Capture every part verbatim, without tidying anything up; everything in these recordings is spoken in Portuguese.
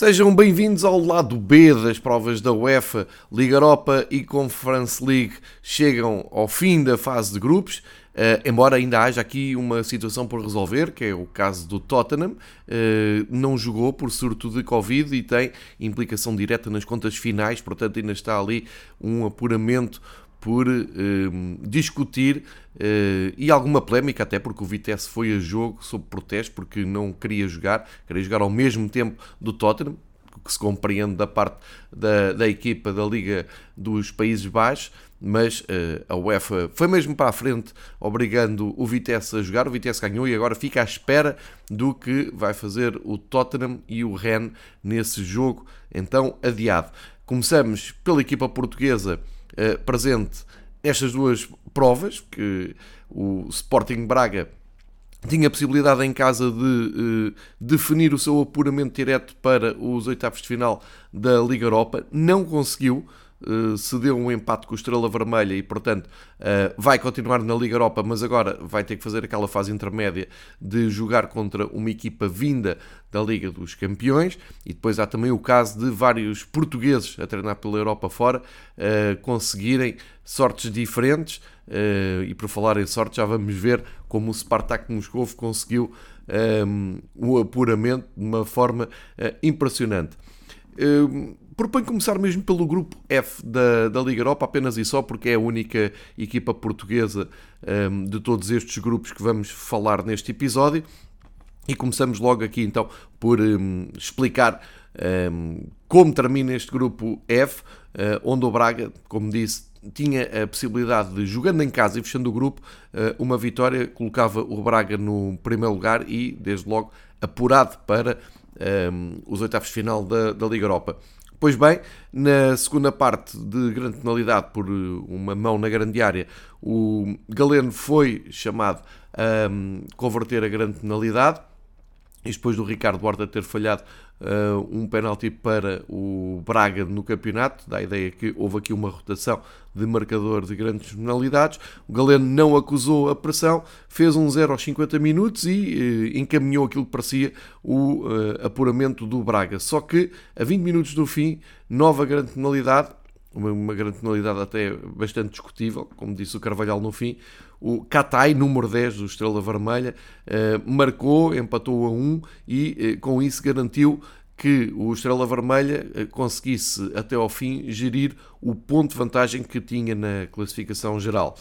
Sejam bem-vindos ao lado B das provas da UEFA. Liga Europa e Conference League chegam ao fim da fase de grupos, uh, embora ainda haja aqui uma situação por resolver, que é o caso do Tottenham. Uh, não jogou por surto de Covid e tem implicação direta nas contas finais, portanto ainda está ali um apuramento por uh, discutir uh, e alguma polémica, até porque o Vitesse foi a jogo sob protesto porque não queria jogar, queria jogar ao mesmo tempo do Tottenham, que se compreende da parte da, da equipa da Liga dos Países Baixos, mas uh, a UEFA foi mesmo para a frente, obrigando o Vitesse a jogar. O Vitesse ganhou e agora fica à espera do que vai fazer o Tottenham e o Rennes nesse jogo, então adiado. Começamos pela equipa portuguesa, Uh, presente nestas duas provas, que o Sporting Braga tinha a possibilidade em casa de uh, definir o seu apuramento direto para os oitavos de final da Liga Europa, não conseguiu, uh, cedeu um empate com o Estrela Vermelha e, portanto, uh, vai continuar na Liga Europa, mas agora vai ter que fazer aquela fase intermédia de jogar contra uma equipa vinda da Liga dos Campeões. E depois há também o caso de vários portugueses a treinar pela Europa fora uh, conseguirem sortes diferentes, uh, e por falar em sorte já vamos ver como o Spartak Moscovo conseguiu um, o apuramento de uma forma uh, impressionante. Uh, proponho começar mesmo pelo grupo F da, da Liga Europa, apenas e só porque é a única equipa portuguesa um, de todos estes grupos que vamos falar neste episódio. E começamos logo aqui então por um, explicar um, como termina este grupo F, uh, onde o Braga, como disse, tinha a possibilidade de, jogando em casa e fechando o grupo, uh, uma vitória colocava o Braga no primeiro lugar e, desde logo, apurado para um, os oitavos de final da, da Liga Europa. Pois bem, na segunda parte de grande penalidade por uma mão na grande área, o Galeno foi chamado a um, converter a grande penalidade. Isto depois do Ricardo Horta ter falhado uh, um penalti para o Braga no campeonato. Dá a ideia que houve aqui uma rotação de marcador de grandes penalidades. O Galeno não acusou a pressão, fez um zero aos cinquenta minutos e uh, encaminhou aquilo que parecia o uh, apuramento do Braga. Só que a vinte minutos do fim, nova grande penalidade, uma, uma grande penalidade até bastante discutível, como disse o Carvalhal no fim. O Katai, número dez do Estrela Vermelha, marcou, empatou a um e com isso garantiu que o Estrela Vermelha conseguisse até ao fim gerir o ponto de vantagem que tinha na classificação geral.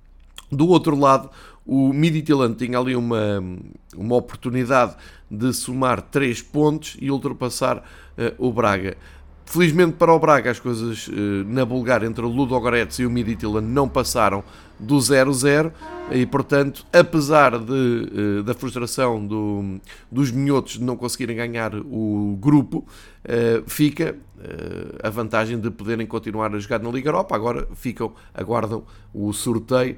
Do outro lado, o Midtjylland tinha ali uma, uma oportunidade de somar três pontos e ultrapassar uh, o Braga. Felizmente para o Braga as coisas uh, na Bulgária entre o Ludogorets e o Midtjylland não passaram do zero a zero e, portanto, apesar de, uh, da frustração do, dos minhotos de não conseguirem ganhar o grupo, uh, fica uh, a vantagem de poderem continuar a jogar na Liga Europa. Agora ficam, aguardam o sorteio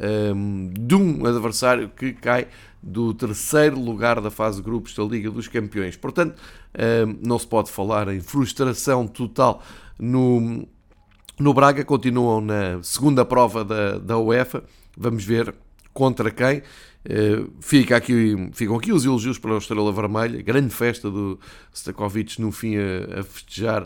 um, de um adversário que cai do terceiro lugar da fase de grupos da Liga dos Campeões. Portanto, um, não se pode falar em frustração total no, no Braga. Continuam na segunda prova da, da UEFA. Vamos ver contra quem. Uh, fica aqui, ficam aqui os elogios para a Estrela Vermelha. Grande festa do Stakovic no fim a, a festejar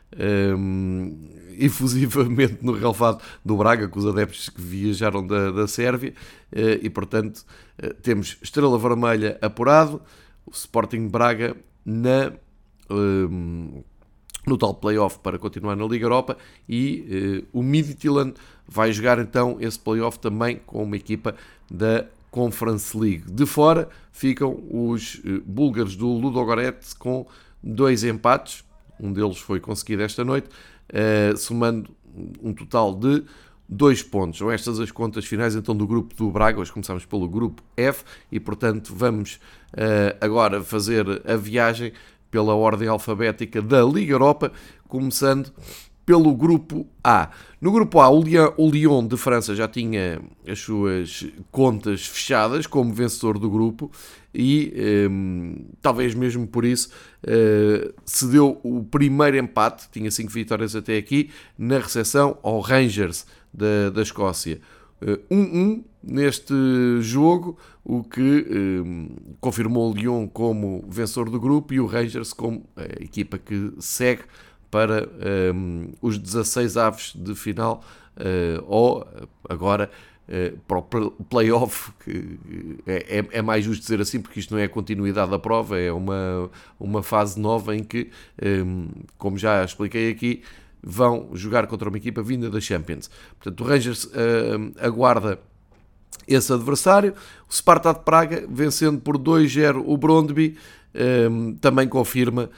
Um, efusivamente no relvado do Braga, com os adeptos que viajaram da, da Sérvia, uh, e portanto uh, temos Estrela Vermelha apurado, o Sporting Braga na, um, no tal play-off para continuar na Liga Europa e uh, o Midtjylland vai jogar então esse play-off também com uma equipa da Conference League. De fora ficam os uh, búlgaros do Ludogorets com dois empates. Um deles foi conseguido esta noite, uh, somando um total de dois pontos. São estas as contas finais então do grupo do Braga. Hoje começamos pelo grupo F e, portanto, vamos uh, agora fazer a viagem pela ordem alfabética da Liga Europa, começando pelo grupo A. No grupo A, o Lyon, o Lyon de França já tinha as suas contas fechadas como vencedor do grupo e, um, talvez mesmo por isso, uh, cedeu o primeiro empate, tinha cinco vitórias até aqui, na recepção ao Rangers da, da Escócia. um a um neste jogo, o que um, confirmou o Lyon como vencedor do grupo e o Rangers como a equipa que segue para um, os dezasseis aves de final, uh, ou agora uh, para o play-off, que é, é mais justo dizer assim, porque isto não é a continuidade da prova, é uma, uma fase nova em que, um, como já expliquei aqui, vão jogar contra uma equipa vinda da Champions. Portanto, o Rangers uh, aguarda esse adversário. O Sparta de Praga, vencendo por dois a zero o Brøndby, um, também confirma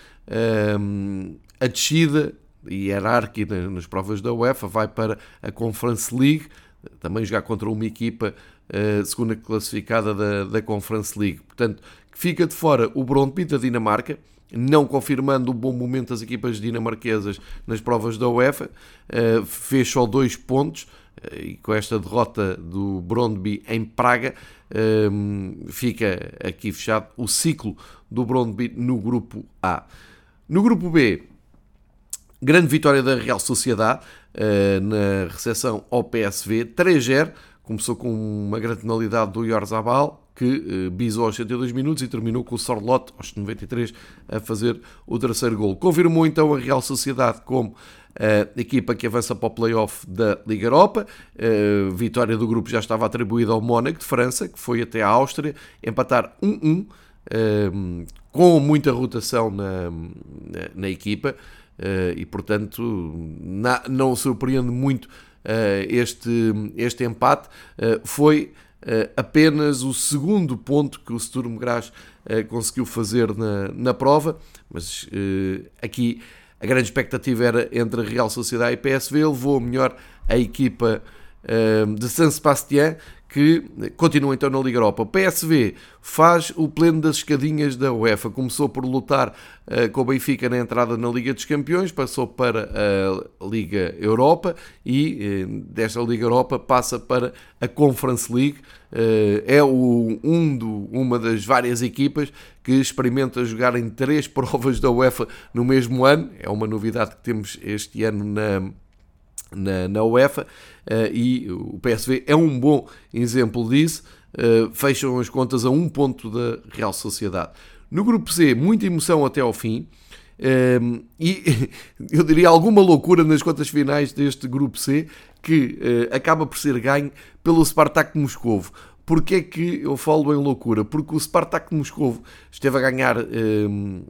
um, a descida hierárquica nas provas da UEFA, vai para a Conference League, também jogar contra uma equipa uh, segunda classificada da, da Conference League. Portanto, que fica de fora o Brøndby da Dinamarca, não confirmando o bom momento das equipas dinamarquesas nas provas da UEFA, uh, fez só dois pontos, uh, e com esta derrota do Brøndby em Praga, uh, fica aqui fechado o ciclo do Brøndby no grupo A. No grupo B, grande vitória da Real Sociedade uh, na recepção ao P S V, três a zero, começou com uma grande penalidade do Oyarzabal, que uh, bisou aos setenta e dois minutos e terminou com o Sorloth aos noventa e três a fazer o terceiro gol. Confirmou então a Real Sociedade como uh, equipa que avança para o play-off da Liga Europa. Uh, vitória do grupo já estava atribuída ao Mónaco de França, que foi até à Áustria empatar um a um, uh, com muita rotação na, na, na equipa, uh, e portanto na, não surpreende muito uh, este, este empate. Uh, foi Uh, apenas o segundo ponto que o Sturm Graz uh, conseguiu fazer na, na prova, mas uh, aqui a grande expectativa era entre a Real Sociedade e P S V, levou melhor a equipa uh, de San Sebastián, que continua então na Liga Europa. O P S V faz o pleno das escadinhas da UEFA, começou por lutar uh, com o Benfica na entrada na Liga dos Campeões, passou para a Liga Europa e uh, desta Liga Europa passa para a Conference League. Uh, é o, um do, uma das várias equipas que experimenta jogar em três provas da UEFA no mesmo ano. É uma novidade que temos este ano na Na, na UEFA, uh, e o P S V é um bom exemplo disso. Uh, fecham as contas a um ponto da Real Sociedade. No grupo C, muita emoção até ao fim, uh, e eu diria alguma loucura nas contas finais deste grupo C, que uh, acaba por ser ganho pelo Spartak de Moscovo. Porquê é que eu falo em loucura? Porque o Spartak de Moscovo esteve a ganhar uh,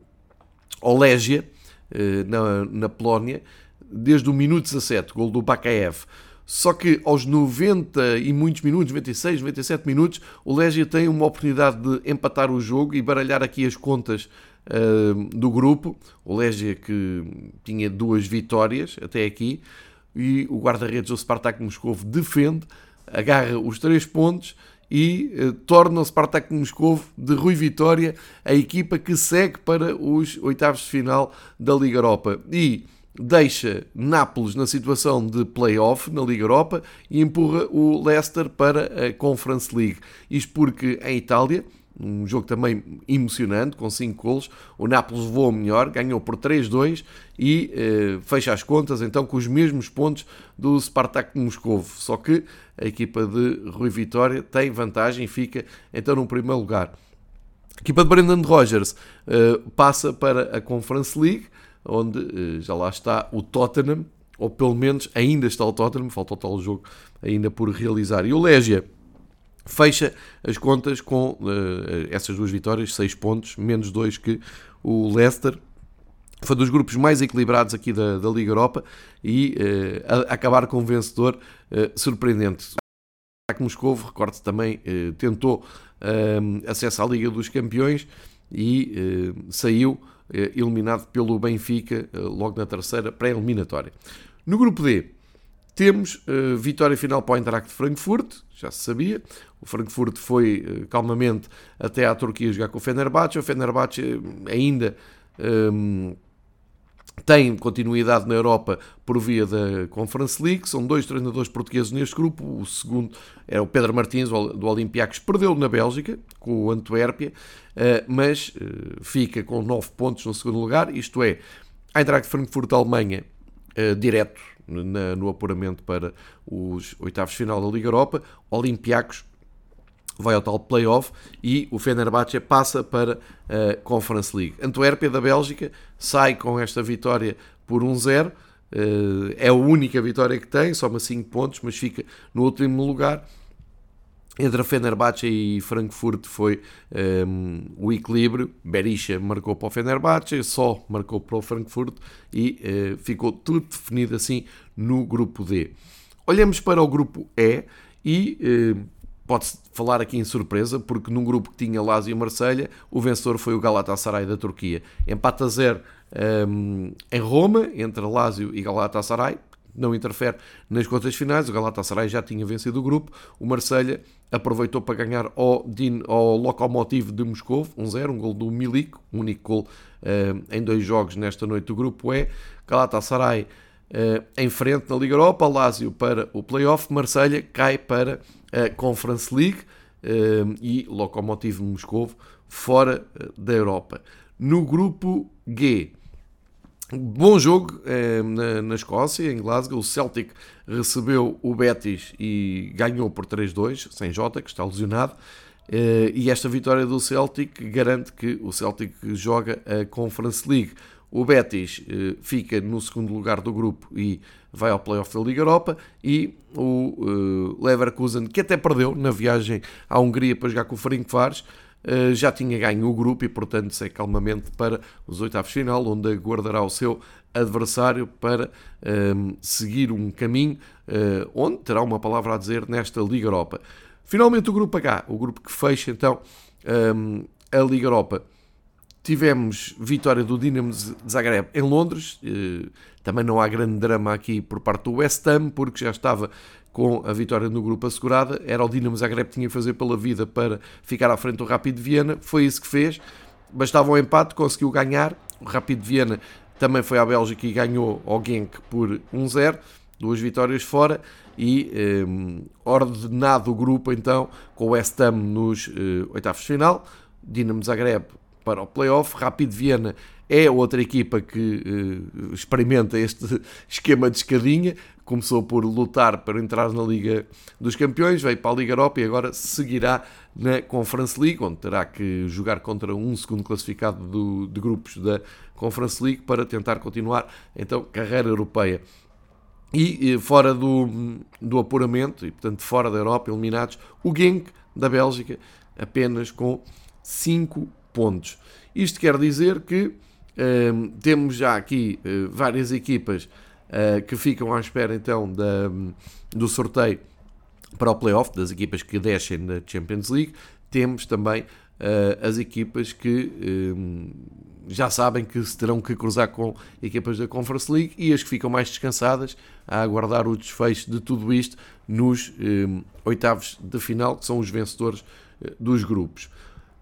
ao Legia, uh, na, na Polónia, desde o minuto dezassete, gol do Bakaev. Só que aos noventa e muitos minutos, noventa e seis, noventa e sete minutos, o Legia tem uma oportunidade de empatar o jogo e baralhar aqui as contas uh, do grupo. O Legia que tinha duas vitórias até aqui, e o guarda-redes do Spartak Moscovo defende, agarra os três pontos e uh, torna o Spartak Moscovo de Rui Vitória a equipa que segue para os oitavos de final da Liga Europa. E deixa Nápoles na situação de play-off na Liga Europa e empurra o Leicester para a Conference League. Isto porque em Itália, um jogo também emocionante, com cinco golos, o Nápoles voou melhor, ganhou por três a dois e eh, fecha as contas então com os mesmos pontos do Spartak de Moscovo. Só que a equipa de Rui Vitória tem vantagem e fica então no primeiro lugar. A equipa de Brendan Rodgers eh, passa para a Conference League, onde já lá está o Tottenham, ou pelo menos ainda está o Tottenham, falta o tal jogo ainda por realizar. E o Legia fecha as contas com uh, essas duas vitórias, seis pontos, menos dois que o Leicester. Foi dos grupos mais equilibrados aqui da, da Liga Europa e uh, a, acabar com um vencedor uh, surpreendente. O Moscovo, recorde também, uh, tentou uh, acesso à Liga dos Campeões e uh, saiu eliminado pelo Benfica logo na terceira pré-eliminatória. No grupo D temos uh, vitória final para o Eintracht de Frankfurt, já se sabia. O Frankfurt foi uh, calmamente até à Turquia jogar com o Fenerbahçe. O Fenerbahçe uh, ainda um, tem continuidade na Europa por via da Conference League. São dois treinadores portugueses neste grupo. O segundo é o Pedro Martins, do Olympiacos, perdeu na Bélgica com o Antuérpia, mas fica com nove pontos no segundo lugar. Isto é, a Eintracht Frankfurt da Alemanha direto na, no apuramento para os oitavos de final da Liga Europa. Olympiacos vai ao tal play-off e o Fenerbahçe passa para a Conference League. Antuérpia da Bélgica sai com esta vitória por um zero. É a única vitória que tem, soma cinco pontos, mas fica no último lugar. Entre a Fenerbahçe e Frankfurt foi um, o equilíbrio. Berisha marcou para o Fenerbahçe, só marcou para o Frankfurt e uh, ficou tudo definido assim no grupo D. Olhamos para o grupo E e uh, pode-se falar aqui em surpresa, porque num grupo que tinha Lazio e Marselha, o vencedor foi o Galatasaray da Turquia. Empate a zero um, em Roma, entre Lazio e Galatasaray. Não interfere nas contas finais. O Galatasaray já tinha vencido o grupo. O Marselha aproveitou para ganhar ao, Din, ao Lokomotiv de Moscou, um zero, um gol do Milik, um único gol uh, em dois jogos nesta noite do grupo E. Galatasaray uh, em frente na Liga Europa, Lazio para o play-off, Marselha cai para a Conference League uh, e Lokomotiv Moscou fora uh, da Europa. No grupo G, bom jogo eh, na, na Escócia, em Glasgow. O Celtic recebeu o Betis e ganhou por três dois, sem Jota, que está lesionado. Eh, e esta vitória do Celtic garante que o Celtic joga a Conference League. O Betis eh, fica no segundo lugar do grupo e vai ao play-off da Liga Europa. E o eh, Leverkusen, que até perdeu na viagem à Hungria para jogar com o Ferencváros, Uh, já tinha ganho o grupo e, portanto, segue calmamente para os oitavos de final, onde aguardará o seu adversário para um, seguir um caminho uh, onde terá uma palavra a dizer nesta Liga Europa. Finalmente, o grupo H, o grupo que fecha então um, a Liga Europa. Tivemos vitória do Dinamo de Zagreb em Londres. Uh, também não há grande drama aqui por parte do West Ham, porque já estava com a vitória no grupo assegurada. Era o Dinamo Zagreb que tinha que fazer pela vida para ficar à frente do Rapid de Viena. Foi isso que fez. Bastava um empate, conseguiu ganhar. O Rapid de Viena também foi à Bélgica e ganhou ao Genk por um zero. Duas vitórias fora. E um, ordenado o grupo então com o West Ham nos uh, oitavos de final. Dinamo Zagreb para o play-off. Rapid de Viena é outra equipa que uh, experimenta este esquema de escadinha. Começou por lutar para entrar na Liga dos Campeões, veio para a Liga Europa e agora seguirá na Conference League, onde terá que jogar contra um segundo classificado do, de grupos da Conference League para tentar continuar, então, carreira europeia. E, e fora do, do apuramento, e portanto fora da Europa, eliminados, o Genk da Bélgica, apenas com cinco pontos. Isto quer dizer que hum, temos já aqui hum, várias equipas Uh, que ficam à espera então da, do sorteio para o play-off, das equipas que descem da Champions League. Temos também uh, as equipas que um, já sabem que se terão que cruzar com equipas da Conference League e as que ficam mais descansadas a aguardar o desfecho de tudo isto nos um, oitavos de final, que são os vencedores uh, dos grupos.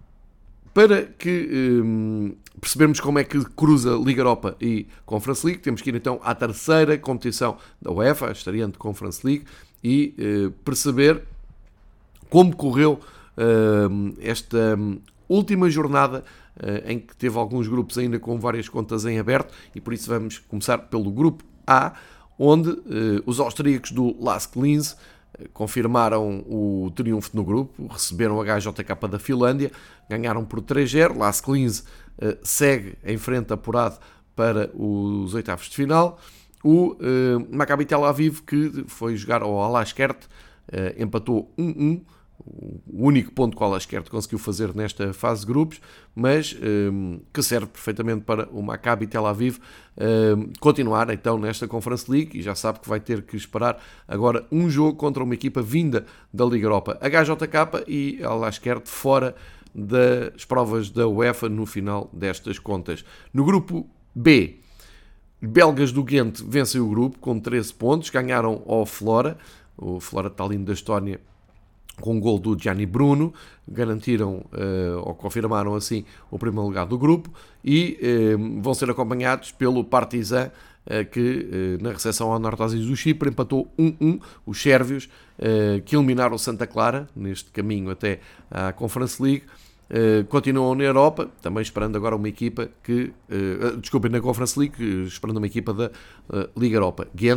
Para que um, percebermos como é que cruza Liga Europa e Conference League, temos que ir então à terceira competição da UEFA, a estreante Conference League, e uh, perceber como correu uh, esta um, última jornada uh, em que teve alguns grupos ainda com várias contas em aberto, e por isso vamos começar pelo grupo A, onde uh, os austríacos do Lask Linz confirmaram o triunfo no grupo, receberam a H J K da Finlândia, ganharam por três zero. Lask Linz uh, segue em frente apurado para os oitavos de final. O uh, Maccabi Tel Aviv, que foi jogar ao Alaskert, uh, empatou um a um, o único ponto que o Alaskert conseguiu fazer nesta fase de grupos, mas um, que serve perfeitamente para o Maccabi Tel Aviv um, continuar então nesta Conference League, e já sabe que vai ter que esperar agora um jogo contra uma equipa vinda da Liga Europa, H J K e Alaskert fora das provas da UEFA no final destas contas. No grupo B, belgas do Ghent vencem o grupo com treze pontos, ganharam ao Flora, o Flora Tallinn da Estónia, com um gol do Gianni Bruno, garantiram uh, ou confirmaram assim o primeiro lugar do grupo e uh, vão ser acompanhados pelo Partizan, uh, que uh, na recepção ao Nortozis do Chipre empatou um a um. Os sérvios uh, que eliminaram o Santa Clara neste caminho até à Conference League uh, continuam na Europa, também esperando agora uma equipa que, uh, desculpem, na Conference League, esperando uma equipa da uh, Liga Europa. Ghent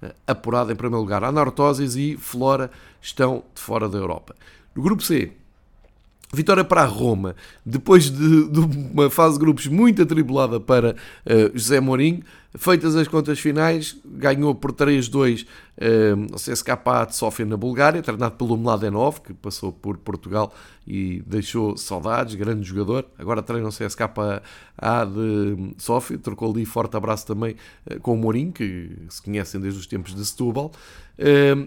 apurado em primeiro lugar. Anorthosis e Flora estão de fora da Europa. No grupo C, vitória para a Roma, depois de, de uma fase de grupos muito atribulada para uh, José Mourinho. Feitas as contas finais, ganhou por três a dois uh, o C S K A de Sófia na Bulgária, treinado pelo Mladenov, que passou por Portugal e deixou saudades, grande jogador. Agora treina o C S K A de Sófia, trocou ali forte abraço também uh, com o Mourinho, que se conhecem desde os tempos de Setúbal. Uh,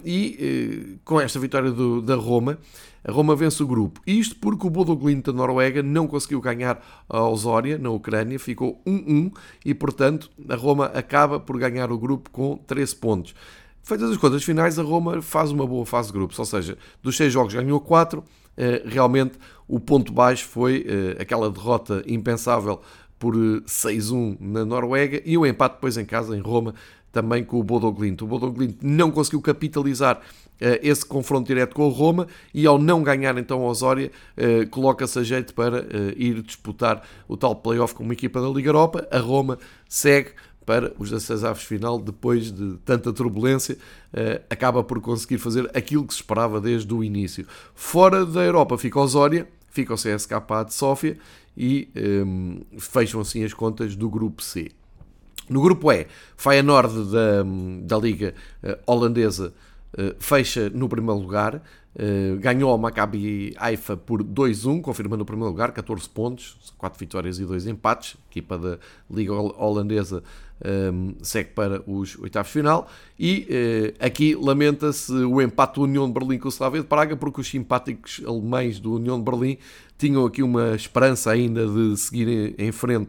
e uh, com esta vitória do, da Roma, a Roma vence o grupo. Isto porque o Bodo Glimt da Noruega não conseguiu ganhar ao Zorya, na Ucrânia, ficou um a um e, portanto, a Roma acaba por ganhar o grupo com treze pontos. Feitas as contas finais, a Roma faz uma boa fase de grupos, ou seja, dos seis jogos ganhou quatro, realmente o ponto baixo foi aquela derrota impensável por seis a um na Noruega e o empate depois em casa, em Roma, também com o Bodo Glimt. O Bodo Glimt não conseguiu capitalizar uh, esse confronto direto com o Roma e, ao não ganhar então ao Zorya, uh, coloca-se a jeito para uh, ir disputar o tal play-off com uma equipa da Liga Europa. A Roma segue para os dezesseis avos de final, depois de tanta turbulência, uh, acaba por conseguir fazer aquilo que se esperava desde o início. Fora da Europa fica o Zorya, fica o C S K A de Sófia e um, fecham assim as contas do grupo C. No grupo E, Feyenoord da, da Liga uh, Holandesa uh, fecha no primeiro lugar, uh, ganhou o Maccabi Haifa por dois a um, confirmando o primeiro lugar, catorze pontos, quatro vitórias e dois empates. A equipa da Liga Holandesa um, segue para os oitavos de final. E uh, aqui lamenta-se o empate do União de Berlim com o Slavia de Praga, porque os simpáticos alemães do União de Berlim tinham aqui uma esperança ainda de seguir em frente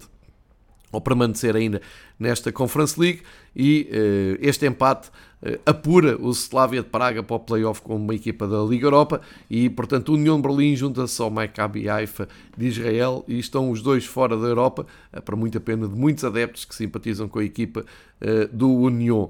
ou permanecer ainda nesta Conference League, e uh, este empate uh, apura o Slavia de Praga para o play-off com uma equipa da Liga Europa e, portanto, o União de Berlim junta-se ao Maccabi Haifa de Israel e estão os dois fora da Europa, uh, para muita pena de muitos adeptos que simpatizam com a equipa uh, do União.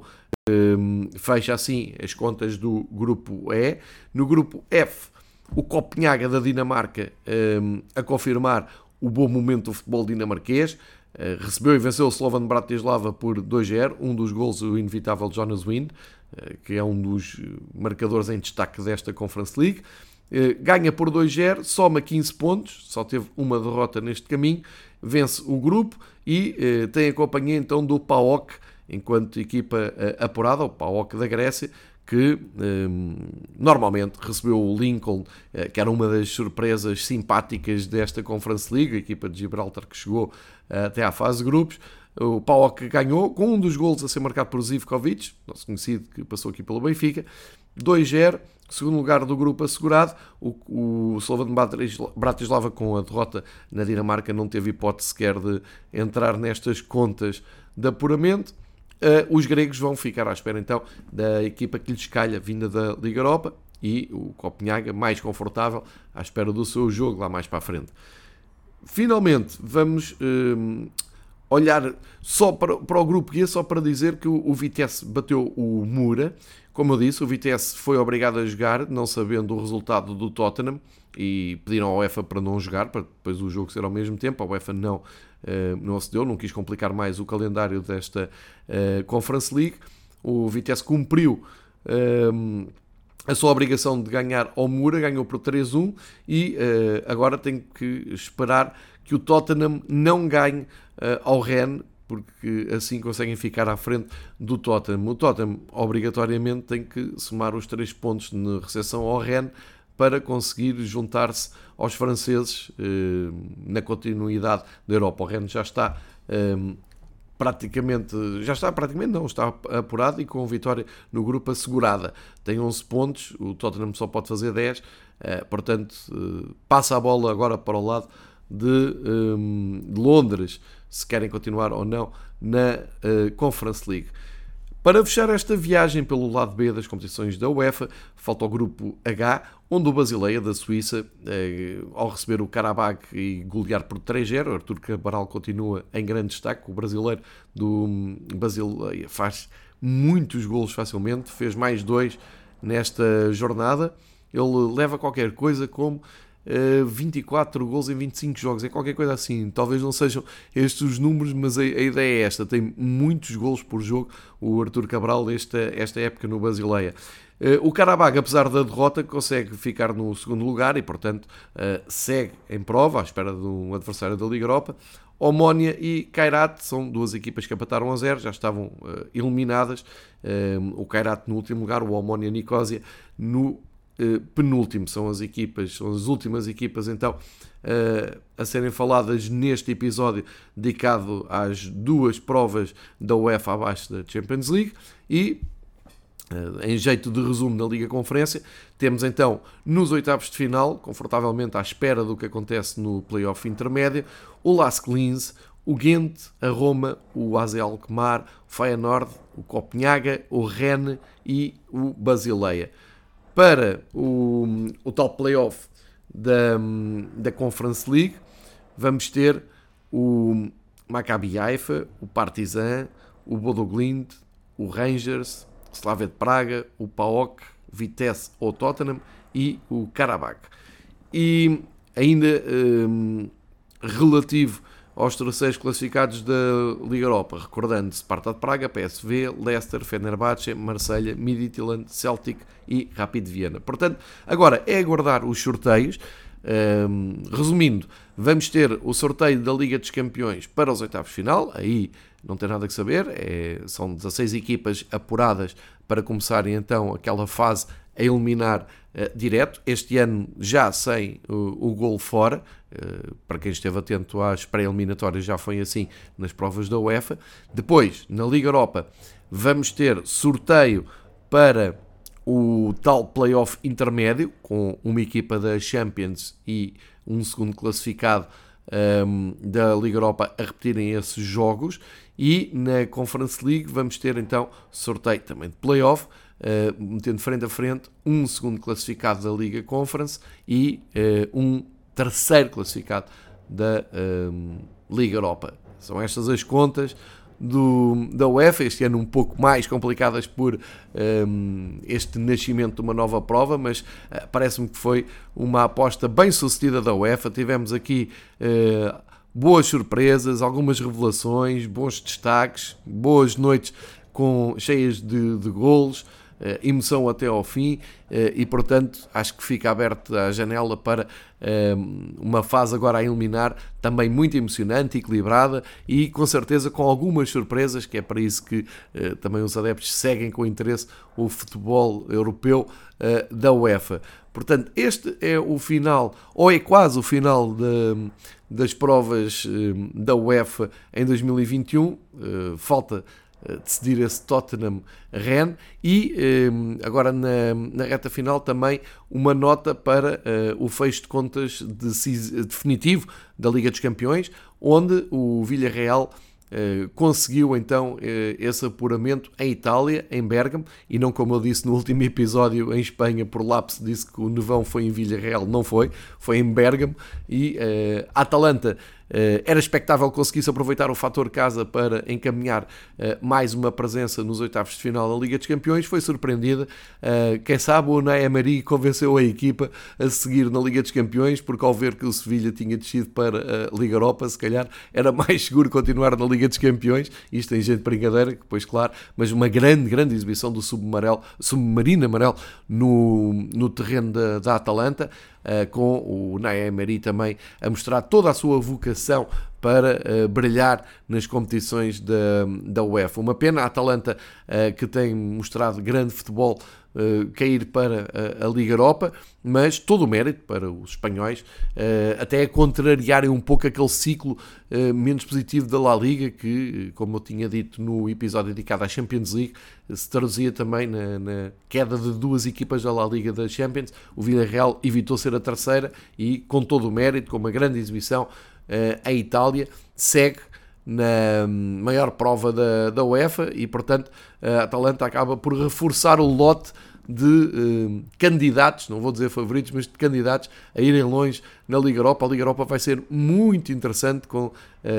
Um, fecha assim as contas do grupo E. No grupo F, o Copenhaga da Dinamarca um, a confirmar o bom momento do futebol dinamarquês. Uh, recebeu e venceu o Slovan Bratislava por dois a zero, um dos gols o inevitável Jonas Wind, uh, que é um dos marcadores em destaque desta Conference League. Uh, ganha por dois a zero, soma quinze pontos, só teve uma derrota neste caminho, vence o grupo e uh, tem a companhia então do PAOK, enquanto equipa uh, apurada, o PAOK da Grécia, que um, normalmente recebeu o Lincoln, uh, que era uma das surpresas simpáticas desta Conference League, a equipa de Gibraltar que chegou uh, até à fase de grupos. O PAOK ganhou, com um dos golos a ser marcado por Zivkovic, nosso conhecido que passou aqui pelo Benfica, dois a zero, segundo lugar do grupo assegurado. O, o Slovan Bratislava, com a derrota na Dinamarca, não teve hipótese sequer de entrar nestas contas de apuramento. Uh, os gregos vão ficar à espera então da equipa que lhes calha, vinda da Liga Europa, e o Copenhaga mais confortável à espera do seu jogo lá mais para a frente. Finalmente vamos uh, olhar só para, para o grupo G, só para dizer que o, o Vitesse bateu o Mura. Como eu disse, o Vitesse foi obrigado a jogar, não sabendo o resultado do Tottenham, e pediram ao UEFA para não jogar, para depois o jogo ser ao mesmo tempo. A UEFA não, uh, não acedeu, não quis complicar mais o calendário desta uh, Conference League. O Vitesse cumpriu uh, a sua obrigação de ganhar ao Mura, ganhou por três a um e uh, agora tem que esperar que o Tottenham não ganhe uh, ao Rennes, porque assim conseguem ficar à frente do Tottenham. O Tottenham obrigatoriamente tem que somar os três pontos de recepção ao Rennes para conseguir juntar-se aos franceses eh, na continuidade da Europa. O Rennes já está eh, praticamente, já está praticamente não, está apurado e com vitória no grupo assegurada. Tem onze pontos, o Tottenham só pode fazer dez, eh, portanto eh, passa a bola agora para o lado de, eh, de Londres, se querem continuar ou não na eh, Conference League. Para fechar esta viagem pelo lado B das competições da UEFA, falta o grupo H, onde o Basileia da Suíça, eh, ao receber o Karabakh e golear por três a zero, Artur Cabral continua em grande destaque. O brasileiro do Basileia faz muitos golos facilmente, fez mais dois nesta jornada. Ele leva qualquer coisa como uh, vinte e quatro gols em vinte e cinco jogos, é qualquer coisa assim. Talvez não sejam estes os números, mas a, a ideia é esta: tem muitos gols por jogo o Artur Cabral esta, esta época no Basileia. Uh, o Qarabag, apesar da derrota, consegue ficar no segundo lugar e, portanto, uh, segue em prova à espera de um adversário da Liga Europa. Omónia e Kairat são duas equipas que empataram a zero, já estavam uh, eliminadas. Uh, o Kairat no último lugar, o Omónia Nicósia no uh, penúltimo. São as equipas, são as últimas equipas então uh, a serem faladas neste episódio dedicado às duas provas da UEFA abaixo da Champions League. E em jeito de resumo na Liga Conferência, temos então nos oitavos de final, confortavelmente à espera do que acontece no play-off intermédio, o Lask Linz, o Ghent, a Roma, o A Z Alkmaar, o Feyenoord, o Copenhaga, o Rennes e o Basileia. Para o, o tal play-off da, da Conference League, vamos ter o Maccabi Haifa, o Partizan, o Bodo Glimt, o Rangers, Slavia de Praga, o P A O K, Vitesse ou Tottenham e o Qarabag. E ainda hum, relativo aos terceiros classificados da Liga Europa, recordando Sparta de Praga, P S V, Leicester, Fenerbahçe, Marselha, Midtjylland, Celtic e Rapid Viena. Portanto, agora é aguardar os sorteios. Um, resumindo, vamos ter o sorteio da Liga dos Campeões para os oitavos de final. Aí não tem nada que saber, é, são dezasseis equipas apuradas para começarem então aquela fase a eliminar uh, direto, este ano já sem o, o golo fora. Uh, para quem esteve atento às pré-eliminatórias, já foi assim nas provas da UEFA. Depois, na Liga Europa, vamos ter sorteio para o tal play-off intermédio, com uma equipa da Champions e um segundo classificado um, da Liga Europa a repetirem esses jogos. E na Conference League vamos ter então sorteio também de play-off, uh, metendo frente a frente um segundo classificado da Liga Conference e uh, um terceiro classificado da um, Liga Europa. São estas as contas do, da UEFA, este ano um pouco mais complicadas por um, este nascimento de uma nova prova, mas uh, parece-me que foi uma aposta bem sucedida da UEFA. Tivemos aqui uh, boas surpresas, algumas revelações, bons destaques, boas noites com, cheias de, de golos, uh, emoção até ao fim, uh, e portanto acho que fica aberta a janela para uh, uma fase agora a eliminar também muito emocionante, equilibrada e com certeza com algumas surpresas, que é para isso que uh, também os adeptos seguem com interesse o futebol europeu uh, da UEFA. Portanto, este é o final, ou é quase o final de, das provas uh, da UEFA em dois mil e vinte e um. Uh, falta decidir esse Tottenham-Rennes e agora na, na reta final também uma nota para uh, o fecho de contas de, definitivo da Liga dos Campeões, onde o Villarreal uh, conseguiu então uh, esse apuramento em Itália, em Bérgamo, e não como eu disse no último episódio em Espanha, por lapso disse que o nevão foi em Villarreal, não foi, foi em Bérgamo, e uh, a Atalanta Uh, era expectável que conseguisse aproveitar o fator casa para encaminhar uh, mais uma presença nos oitavos de final da Liga dos Campeões. Foi surpreendida. Uh, quem sabe o Unai Emery convenceu a equipa a seguir na Liga dos Campeões, porque ao ver que o Sevilha tinha descido para a Liga Europa, se calhar era mais seguro continuar na Liga dos Campeões. Isto tem gente de brincadeira, depois claro, mas uma grande, grande exibição do submarelo, submarino amarelo no, no terreno da, da Atalanta. Uh, com o Unai Emery também a mostrar toda a sua vocação para uh, brilhar nas competições da, da UEFA. Uma pena a Atalanta, uh, que tem mostrado grande futebol, uh, cair para a, a Liga Europa, mas todo o mérito para os espanhóis, uh, até a contrariarem um pouco aquele ciclo uh, menos positivo da La Liga, que, como eu tinha dito no episódio dedicado à Champions League, se traduzia também na, na queda de duas equipas da La Liga da Champions. O Villarreal evitou ser a terceira e, com todo o mérito, com uma grande exibição, a Itália segue na maior prova da, da UEFA e, portanto, a Atalanta acaba por reforçar o lote de uh, candidatos, não vou dizer favoritos, mas de candidatos a irem longe na Liga Europa. A Liga Europa vai ser muito interessante com,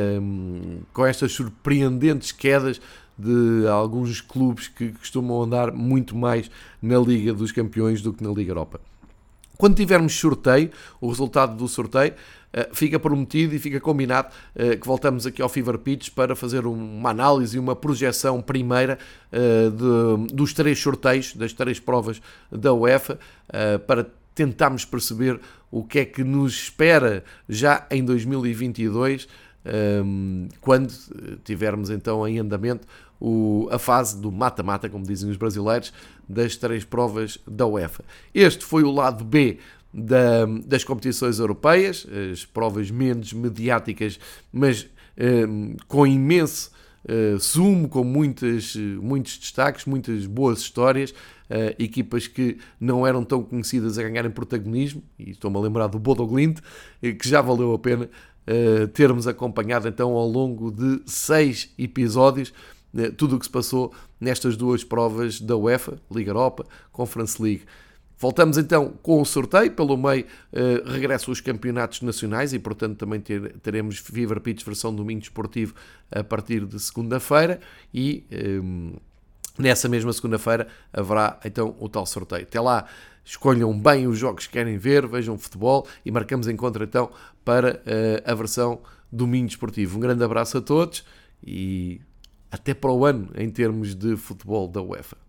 um, com estas surpreendentes quedas de alguns clubes que costumam andar muito mais na Liga dos Campeões do que na Liga Europa. Quando tivermos sorteio, o resultado do sorteio, uh, fica prometido e fica combinado uh, que voltamos aqui ao Fever Pitch para fazer uma análise e uma projeção primeira uh, de, dos três sorteios, das três provas da UEFA, uh, para tentarmos perceber o que é que nos espera já em dois mil e vinte e dois, um, quando tivermos então em andamento o, a fase do mata-mata, como dizem os brasileiros, das três provas da UEFA. Este foi o lado B da, das competições europeias, as provas menos mediáticas, mas um, com imenso uh, sumo, com muitas, muitos destaques, muitas boas histórias, uh, equipas que não eram tão conhecidas a ganharem protagonismo, e estou-me a lembrar do Bodo Glimt, que já valeu a pena uh, termos acompanhado então ao longo de seis episódios tudo o que se passou nestas duas provas da UEFA, Liga Europa, Conference League. Voltamos então com o sorteio, pelo meio uh, regressam os campeonatos nacionais e portanto também ter, teremos Fever Pitch versão domingo esportivo a partir de segunda-feira e um, nessa mesma segunda-feira haverá então o tal sorteio. Até lá, escolham bem os jogos que querem ver, vejam futebol e marcamos encontro então para uh, a versão domingo esportivo. Um grande abraço a todos e até para o ano em termos de futebol da UEFA.